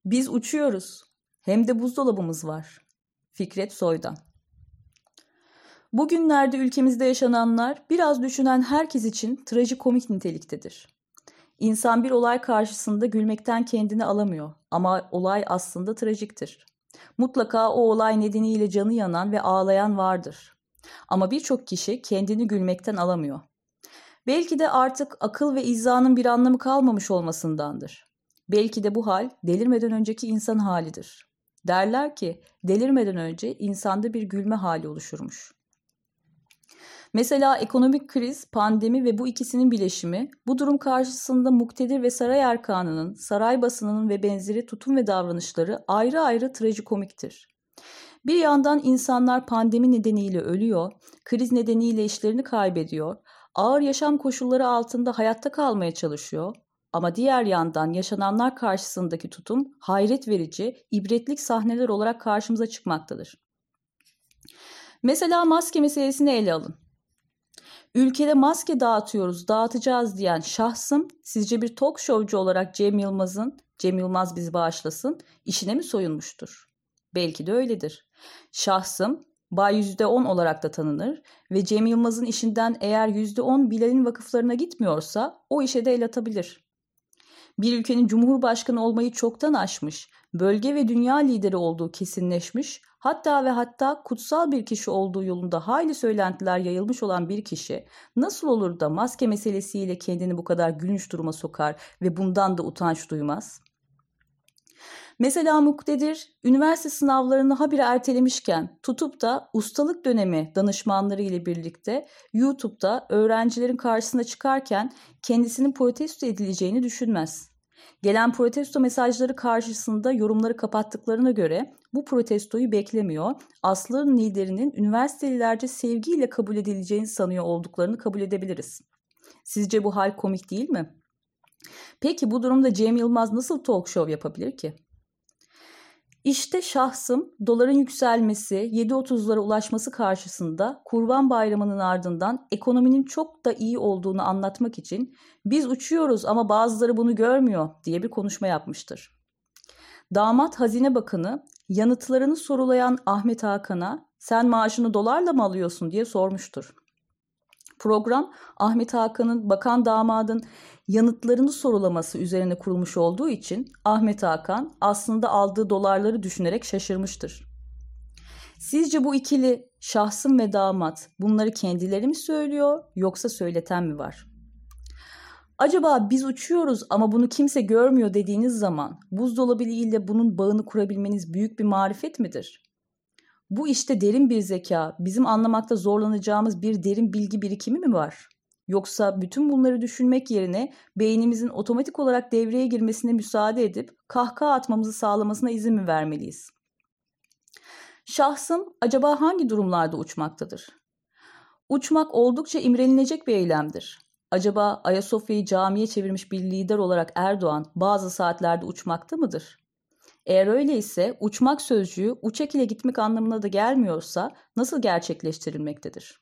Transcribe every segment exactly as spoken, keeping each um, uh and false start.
Biz uçuyoruz. Hem de buzdolabımız var. Fikret Soydan. Bugünlerde ülkemizde yaşananlar biraz düşünen herkes için trajikomik niteliktedir. İnsan bir olay karşısında gülmekten kendini alamıyor ama olay aslında trajiktir. Mutlaka o olay nedeniyle canı yanan ve ağlayan vardır. Ama birçok kişi kendini gülmekten alamıyor. Belki de artık akıl ve izzanın bir anlamı kalmamış olmasındandır. Belki de bu hal delirmeden önceki insan halidir. Derler ki delirmeden önce insanda bir gülme hali oluşurmuş. Mesela ekonomik kriz, pandemi ve bu ikisinin bileşimi bu durum karşısında muktedir ve saray erkanının, saray basınının ve benzeri tutum ve davranışları ayrı ayrı trajikomiktir. Bir yandan insanlar pandemi nedeniyle ölüyor, kriz nedeniyle işlerini kaybediyor, ağır yaşam koşulları altında hayatta kalmaya çalışıyor. Ama diğer yandan yaşananlar karşısındaki tutum hayret verici, ibretlik sahneler olarak karşımıza çıkmaktadır. Mesela maske meselesini ele alın. Ülkede maske dağıtıyoruz, dağıtacağız diyen şahsım sizce bir talk showcu olarak Cem Yılmaz'ın, Cem Yılmaz bizi bağışlasın, işine mi soyunmuştur? Belki de öyledir. Şahsım Bay yüzde on olarak da tanınır ve Cem Yılmaz'ın işinden eğer yüzde on Bilal'in vakıflarına gitmiyorsa o işe de el atabilir. Bir ülkenin cumhurbaşkanı olmayı çoktan aşmış, bölge ve dünya lideri olduğu kesinleşmiş, hatta ve hatta kutsal bir kişi olduğu yolunda hayli söylentiler yayılmış olan bir kişi nasıl olur da maske meselesiyle kendini bu kadar gülünç duruma sokar ve bundan da utanç duymaz? Mesela muktedir üniversite sınavlarını habire ertelemişken tutup da ustalık dönemi danışmanları ile birlikte YouTube'da öğrencilerin karşısına çıkarken kendisinin protesto edileceğini düşünmez. Gelen protesto mesajları karşısında yorumları kapattıklarına göre bu protestoyu beklemiyor, asrın liderinin üniversitelilerce sevgiyle kabul edileceğini sanıyor olduklarını kabul edebiliriz. Sizce bu hal komik değil mi? Peki bu durumda Cem Yılmaz nasıl talk show yapabilir ki? İşte şahsım doların yükselmesi, yedi otuzlara ulaşması karşısında Kurban Bayramı'nın ardından ekonominin çok da iyi olduğunu anlatmak için biz uçuyoruz ama bazıları bunu görmüyor diye bir konuşma yapmıştır. Damat Hazine Bakanı yanıtlarını sorulayan Ahmet Hakan'a sen maaşını dolarla mı alıyorsun diye sormuştur. Program Ahmet Hakan'ın bakan damadın yanıtlarını sorulaması üzerine kurulmuş olduğu için Ahmet Hakan aslında aldığı dolarları düşünerek şaşırmıştır. Sizce bu ikili şahsım ve damat bunları kendileri mi söylüyor yoksa söyleten mi var? Acaba biz uçuyoruz ama bunu kimse görmüyor dediğiniz zaman buzdolabı ile bunun bağını kurabilmeniz büyük bir marifet midir? Bu işte derin bir zeka, bizim anlamakta zorlanacağımız bir derin bilgi birikimi mi var? Yoksa bütün bunları düşünmek yerine beynimizin otomatik olarak devreye girmesine müsaade edip kahkaha atmamızı sağlamasına izin mi vermeliyiz? Şahsım acaba hangi durumlarda uçmaktadır? Uçmak oldukça imrenilecek bir eylemdir. Acaba Ayasofya'yı camiye çevirmiş bir lider olarak Erdoğan bazı saatlerde uçmakta mıdır? Eğer öyleyse uçmak sözcüğü uçak ile gitmek anlamına da gelmiyorsa nasıl gerçekleştirilmektedir?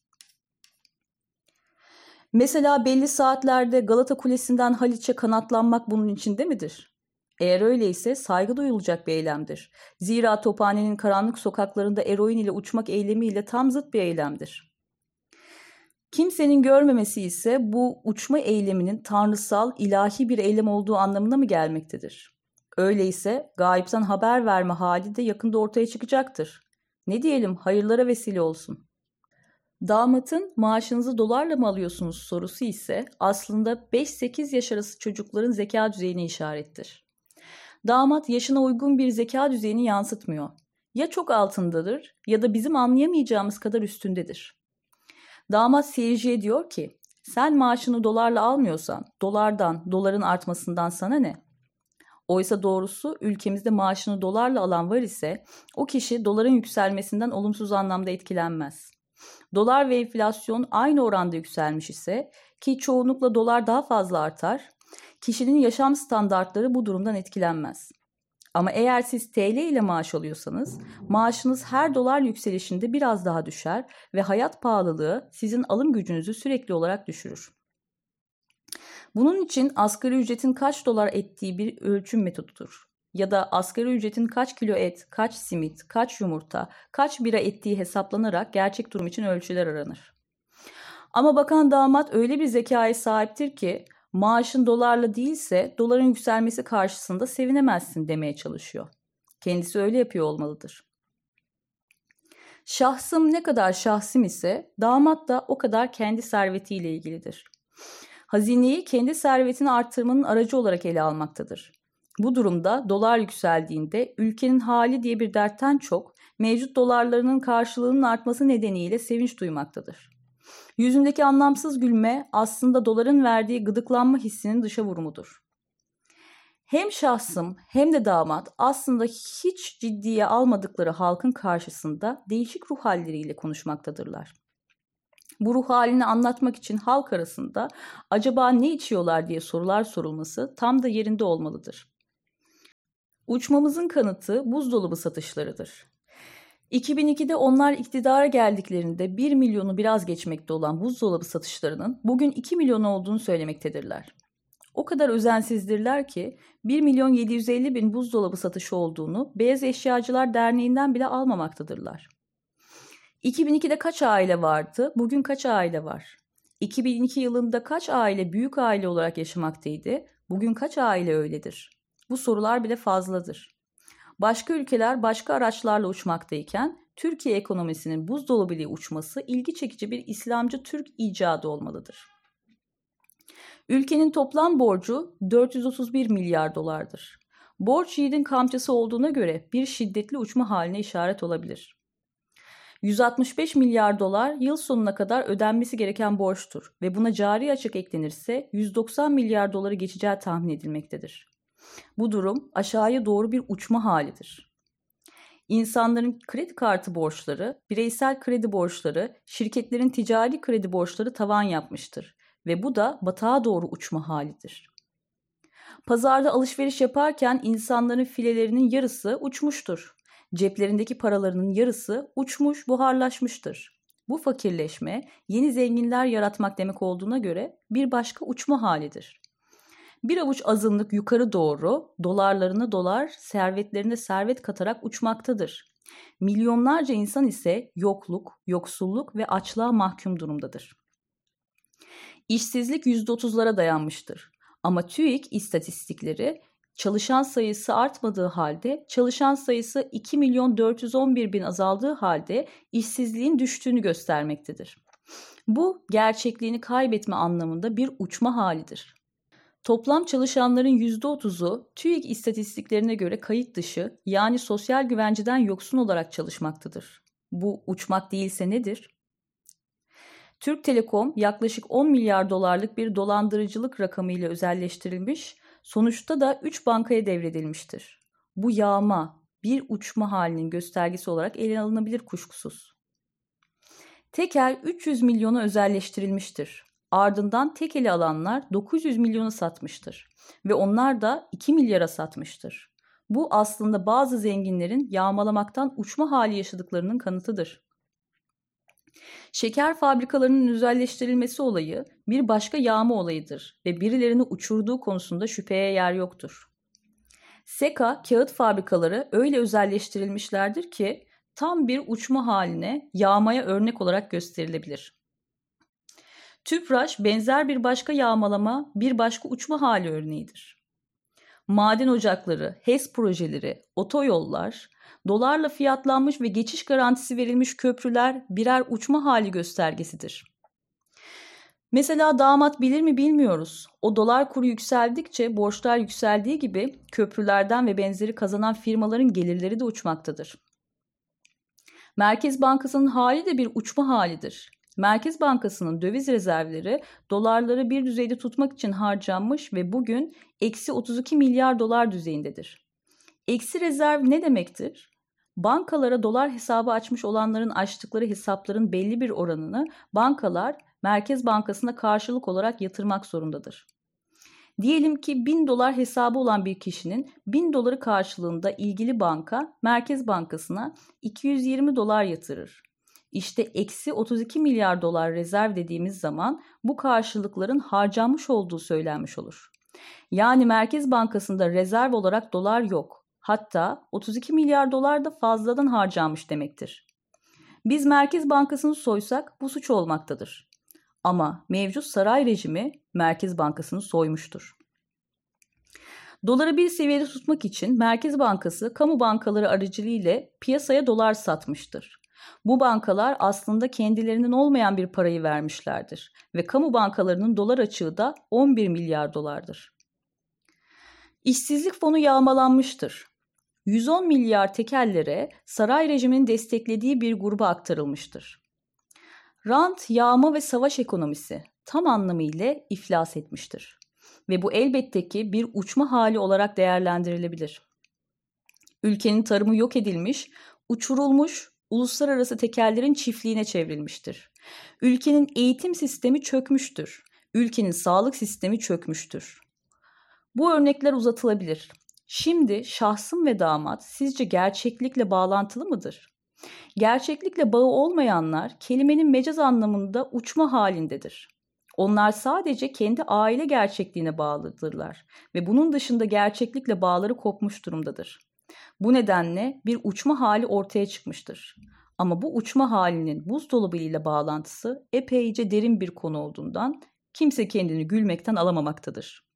Mesela belli saatlerde Galata Kulesi'nden Haliç'e kanatlanmak bunun içinde midir? Eğer öyleyse saygı duyulacak bir eylemdir. Zira Tophane'nin karanlık sokaklarında eroin ile uçmak eylemiyle tam zıt bir eylemdir. Kimsenin görmemesi ise bu uçma eyleminin tanrısal, ilahi bir eylem olduğu anlamına mı gelmektedir? Öyleyse gayipten haber verme hali de yakında ortaya çıkacaktır. Ne diyelim, hayırlara vesile olsun. Damatın maaşınızı dolarla mı alıyorsunuz sorusu ise aslında beş sekiz yaş arası çocukların zeka düzeyine işarettir. Damat yaşına uygun bir zeka düzeyini yansıtmıyor. Ya çok altındadır ya da bizim anlayamayacağımız kadar üstündedir. Damat seyirciye diyor ki, sen maaşını dolarla almıyorsan dolardan, doların artmasından sana ne? Oysa doğrusu ülkemizde maaşını dolarla alan var ise o kişi doların yükselmesinden olumsuz anlamda etkilenmez. Dolar ve enflasyon aynı oranda yükselmiş ise ki çoğunlukla dolar daha fazla artar, kişinin yaşam standartları bu durumdan etkilenmez. Ama eğer siz T L ile maaş alıyorsanız maaşınız her dolar yükselişinde biraz daha düşer ve hayat pahalılığı sizin alım gücünüzü sürekli olarak düşürür. Bunun için asgari ücretin kaç dolar ettiği bir ölçüm metodudur. ya da asgari ücretin kaç kilo et, kaç simit, kaç yumurta, kaç bira ettiği hesaplanarak gerçek durum için ölçüler aranır. Ama bakan damat öyle bir zekaya sahiptir ki maaşın dolarla değilse doların yükselmesi karşısında sevinemezsin demeye çalışıyor. Kendisi öyle yapıyor olmalıdır. Şahsım ne kadar şahsim ise damat da o kadar kendi servetiyle ilgilidir. Hazineyi kendi servetini arttırmanın aracı olarak ele almaktadır. Bu durumda dolar yükseldiğinde ülkenin hali diye bir dertten çok mevcut dolarlarının karşılığının artması nedeniyle sevinç duymaktadır. Yüzündeki anlamsız gülme aslında doların verdiği gıdıklanma hissinin dışa vurumudur. Hem şahsım hem de damat aslında hiç ciddiye almadıkları halkın karşısında değişik ruh halleriyle konuşmaktadırlar. Bu ruh halini anlatmak için halk arasında acaba ne içiyorlar diye sorular sorulması tam da yerinde olmalıdır. Uçmamızın kanıtı buzdolabı satışlarıdır. iki bin ikide onlar iktidara geldiklerinde bir milyonu biraz geçmekte olan buzdolabı satışlarının bugün iki milyon olduğunu söylemektedirler. O kadar özensizdirler ki bir milyon yedi yüz elli bin buzdolabı satışı olduğunu Beyaz Eşyacılar Derneği'nden bile almamaktadırlar. iki bin ikide kaç aile vardı, bugün kaç aile var? iki bin iki yılında kaç aile büyük aile olarak yaşamaktaydı, bugün kaç aile öyledir? Bu sorular bile fazladır. Başka ülkeler başka araçlarla uçmaktayken Türkiye ekonomisinin buzdolabı ile uçması ilgi çekici bir İslamcı Türk icadı olmalıdır. Ülkenin toplam borcu dört yüz otuz bir milyar dolardır. Borç yiğidin kamçısı olduğuna göre bir şiddetli uçma haline işaret olabilir. yüz altmış beş milyar dolar yıl sonuna kadar ödenmesi gereken borçtur ve buna cari açık eklenirse yüz doksan milyar doları geçeceği tahmin edilmektedir. Bu durum aşağıya doğru bir uçma halidir. İnsanların kredi kartı borçları, bireysel kredi borçları, şirketlerin ticari kredi borçları tavan yapmıştır ve bu da batağa doğru uçma halidir. Pazarda alışveriş yaparken insanların filelerinin yarısı uçmuştur. Ceplerindeki paralarının yarısı uçmuş, buharlaşmıştır. Bu fakirleşme, yeni zenginler yaratmak demek olduğuna göre bir başka uçma halidir. Bir avuç azınlık yukarı doğru dolarlarına dolar, servetlerine servet katarak uçmaktadır. Milyonlarca insan ise yokluk, yoksulluk ve açlığa mahkum durumdadır. İşsizlik yüzde otuzlara dayanmıştır. Ama TÜİK istatistikleri çalışan sayısı artmadığı halde, çalışan sayısı iki milyon dört yüz on bir bin azaldığı halde işsizliğin düştüğünü göstermektedir. Bu gerçekliğini kaybetme anlamında bir uçma halidir. Toplam çalışanların yüzde otuzu TÜİK istatistiklerine göre kayıt dışı, yani sosyal güvenceden yoksun olarak çalışmaktadır. Bu uçmak değilse nedir? Türk Telekom yaklaşık on milyar dolarlık bir dolandırıcılık rakamıyla özelleştirilmiş, sonuçta da üç bankaya devredilmiştir. Bu yağma, bir uçma halinin göstergesi olarak ele alınabilir kuşkusuz. Tekel üç yüz milyona özelleştirilmiştir. Ardından Tekel'i alanlar dokuz yüz milyona satmıştır ve onlar da iki milyara satmıştır. Bu aslında bazı zenginlerin yağmalamaktan uçma hali yaşadıklarının kanıtıdır. Şeker fabrikalarının özelleştirilmesi olayı bir başka yağma olayıdır ve birilerini uçurduğu konusunda şüpheye yer yoktur. Seka kağıt fabrikaları öyle özelleştirilmişlerdir ki tam bir uçma haline, yağmaya örnek olarak gösterilebilir. Tüpraş benzer bir başka yağmalama, bir başka uçma hali örneğidir. Maden ocakları, HES projeleri, otoyollar, dolarla fiyatlanmış ve geçiş garantisi verilmiş köprüler birer uçma hali göstergesidir. Mesela damat bilir mi bilmiyoruz. O dolar kuru yükseldikçe borçlar yükseldiği gibi köprülerden ve benzeri kazanan firmaların gelirleri de uçmaktadır. Merkez Bankası'nın hali de bir uçma halidir. Merkez Bankası'nın döviz rezervleri dolarları bir düzeyde tutmak için harcanmış ve bugün eksi otuz iki milyar dolar düzeyindedir. Eksi rezerv ne demektir? Bankalara dolar hesabı açmış olanların açtıkları hesapların belli bir oranını bankalar Merkez Bankası'na karşılık olarak yatırmak zorundadır. Diyelim ki bin dolar hesabı olan bir kişinin bin doları karşılığında ilgili banka Merkez Bankası'na iki yüz yirmi dolar yatırır. İşte eksi otuz iki milyar dolar rezerv dediğimiz zaman bu karşılıkların harcanmış olduğu söylenmiş olur. Yani Merkez Bankası'nda rezerv olarak dolar yok. hatta otuz iki milyar dolar da fazladan harcanmış demektir. Biz Merkez Bankası'nı soysak bu suç olmaktadır. Ama mevcut saray rejimi Merkez Bankası'nı soymuştur. Doları bir seviyede tutmak için Merkez Bankası kamu bankaları aracılığıyla piyasaya dolar satmıştır. Bu bankalar aslında kendilerinin olmayan bir parayı vermişlerdir ve kamu bankalarının dolar açığı da on bir milyar dolardır. İşsizlik fonu yağmalanmıştır. yüz on milyar tekellere saray rejiminin desteklediği bir gruba aktarılmıştır. Rant, yağma ve savaş ekonomisi tam anlamıyla iflas etmiştir. Ve bu elbette ki bir uçma hali olarak değerlendirilebilir. Ülkenin tarımı yok edilmiş, uçurulmuş, uluslararası tekellerin çiftliğine çevrilmiştir. Ülkenin eğitim sistemi çökmüştür. Ülkenin sağlık sistemi çökmüştür. Bu örnekler uzatılabilir. Şimdi şahsım ve damat sizce gerçeklikle bağlantılı mıdır? Gerçeklikle bağı olmayanlar kelimenin mecaz anlamında uçma halindedir. Onlar sadece kendi aile gerçekliğine bağlıdırlar ve bunun dışında gerçeklikle bağları kopmuş durumdadır. Bu nedenle bir uçma hali ortaya çıkmıştır. Ama bu uçma halinin buzdolabı ile bağlantısı epeyce derin bir konu olduğundan kimse kendini gülmekten alamamaktadır.